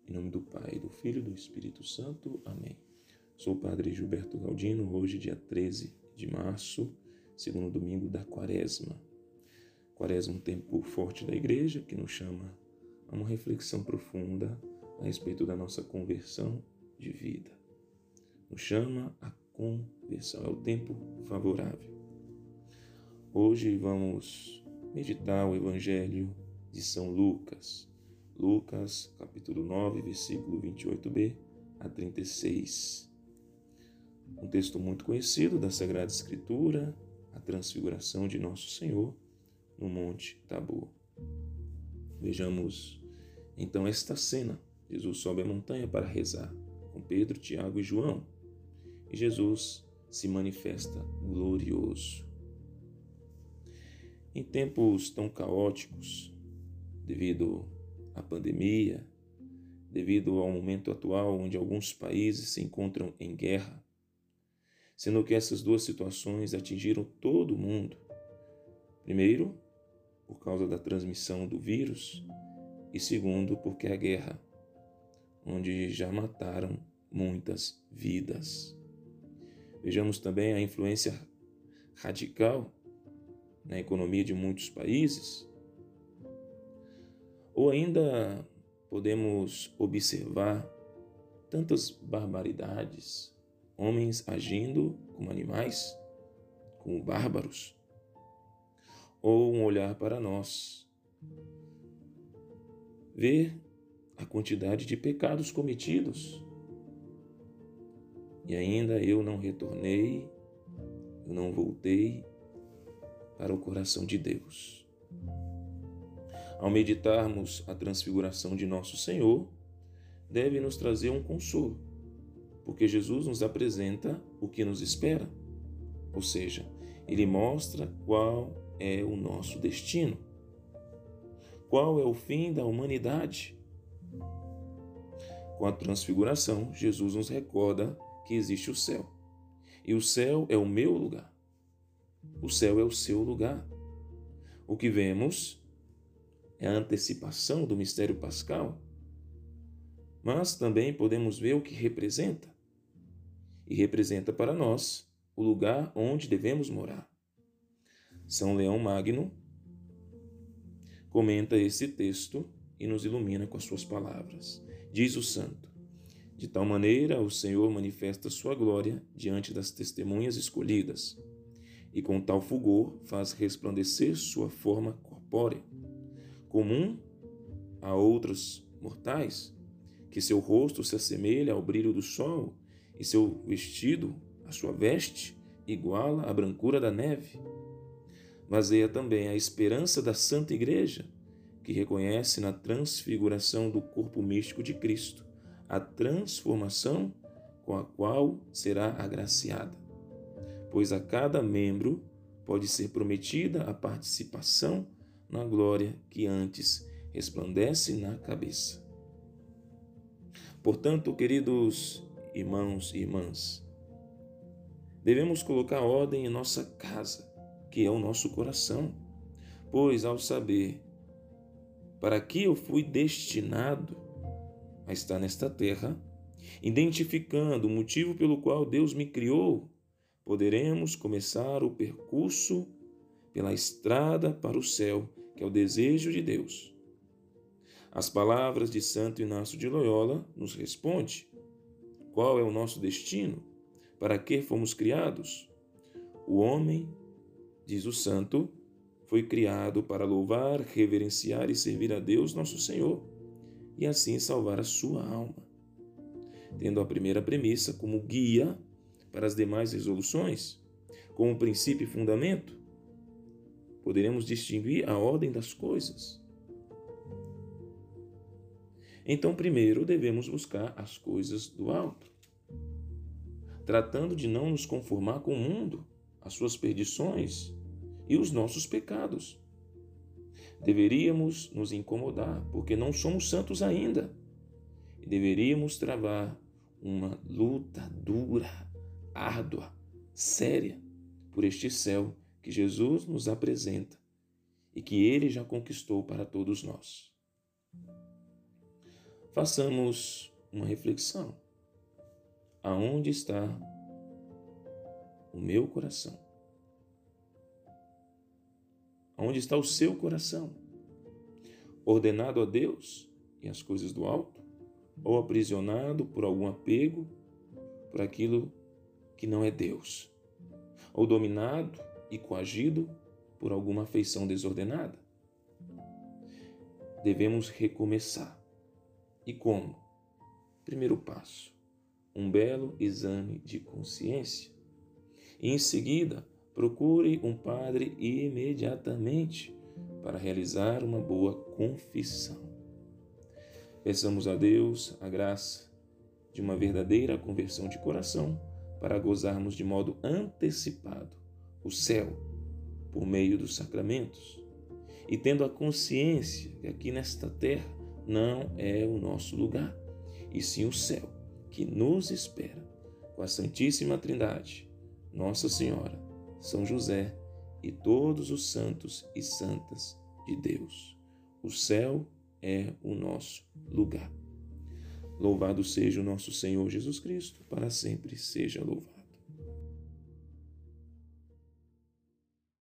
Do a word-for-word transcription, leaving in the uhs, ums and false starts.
Em nome do Pai, do Filho e do Espírito Santo. Amém. Sou o Padre Gilberto Galdino, hoje dia treze de março, segundo domingo da Quaresma. Quaresma é um tempo forte da Igreja que nos chama a uma reflexão profunda a respeito da nossa conversão de vida. Nos chama a conversão, é o tempo favorável. Hoje vamos meditar o Evangelho de São Lucas. Lucas, capítulo nove, versículo vinte e oito b a trinta e seis. Um texto muito conhecido da Sagrada Escritura, a transfiguração de Nosso Senhor no Monte Tabor. Vejamos então esta cena. Jesus sobe a montanha para rezar com Pedro, Tiago e João. E Jesus se manifesta glorioso. Em tempos tão caóticos, devido à pandemia, devido ao momento atual onde alguns países se encontram em guerra, sendo que essas duas situações atingiram todo o mundo. Primeiro, por causa da transmissão do vírus, e segundo, porque a guerra, onde já mataram muitas vidas. Vejamos também a influência radical na economia de muitos países. Ou ainda podemos observar tantas barbaridades, homens agindo como animais, como bárbaros. Ou um olhar para nós, ver a quantidade de pecados cometidos. E ainda eu não retornei, eu não voltei para o coração de Deus. Ao meditarmos a transfiguração de Nosso Senhor, deve nos trazer um consolo, porque Jesus nos apresenta o que nos espera, ou seja, Ele mostra qual é o nosso destino, qual é o fim da humanidade. Com a transfiguração, Jesus nos recorda que existe o céu, e o céu é o meu lugar, o céu é o seu lugar. O que vemos é a antecipação do mistério pascal, mas também podemos ver o que representa. E representa para nós o lugar onde devemos morar. São Leão Magno comenta esse texto e nos ilumina com as suas palavras. Diz o santo: de tal maneira o Senhor manifesta sua glória diante das testemunhas escolhidas, e com tal fulgor faz resplandecer sua forma corpórea, comum a outros mortais, que seu rosto se assemelha ao brilho do sol e seu vestido, a sua veste, iguala a brancura da neve. Baseia também a esperança da Santa Igreja, que reconhece na transfiguração do corpo místico de Cristo a transformação com a qual será agraciada, pois a cada membro pode ser prometida a participação na glória que antes resplandece na cabeça. Portanto, queridos irmãos e irmãs, devemos colocar ordem em nossa casa, que é o nosso coração, pois ao saber para que eu fui destinado a estar nesta terra, identificando o motivo pelo qual Deus me criou, poderemos começar o percurso pela estrada para o céu, que é o desejo de Deus. As palavras de Santo Inácio de Loyola nos respondem: qual é o nosso destino? Para que fomos criados? O homem, diz o santo, foi criado para louvar, reverenciar e servir a Deus nosso Senhor, e assim salvar a sua alma. Tendo a primeira premissa como guia para as demais resoluções, como princípio e fundamento, poderemos distinguir a ordem das coisas. Então, primeiro devemos buscar as coisas do alto, tratando de não nos conformar com o mundo, as suas perdições e os nossos pecados. Deveríamos nos incomodar, porque não somos santos ainda, e deveríamos travar uma luta dura, árdua, séria, por este céu que Jesus nos apresenta e que Ele já conquistou para todos nós. façamos uma reflexão. Aonde está o meu coração? Aonde está o seu coração? Ordenado a Deus e as coisas do alto? Ou aprisionado por algum apego, por aquilo que não é Deus? Ou dominado e coagido por alguma afeição desordenada? Devemos recomeçar. E como? Primeiro passo, um belo exame de consciência. E em seguida, procure um padre imediatamente para realizar uma boa confissão. Peçamos a Deus a graça de uma verdadeira conversão de coração para gozarmos de modo antecipado o céu por meio dos sacramentos e tendo a consciência que aqui nesta terra não é o nosso lugar, e sim o céu que nos espera com a Santíssima Trindade, Nossa Senhora, São José e todos os santos e santas de Deus. O céu é o nosso lugar. Louvado seja o nosso Senhor Jesus Cristo, para sempre seja louvado.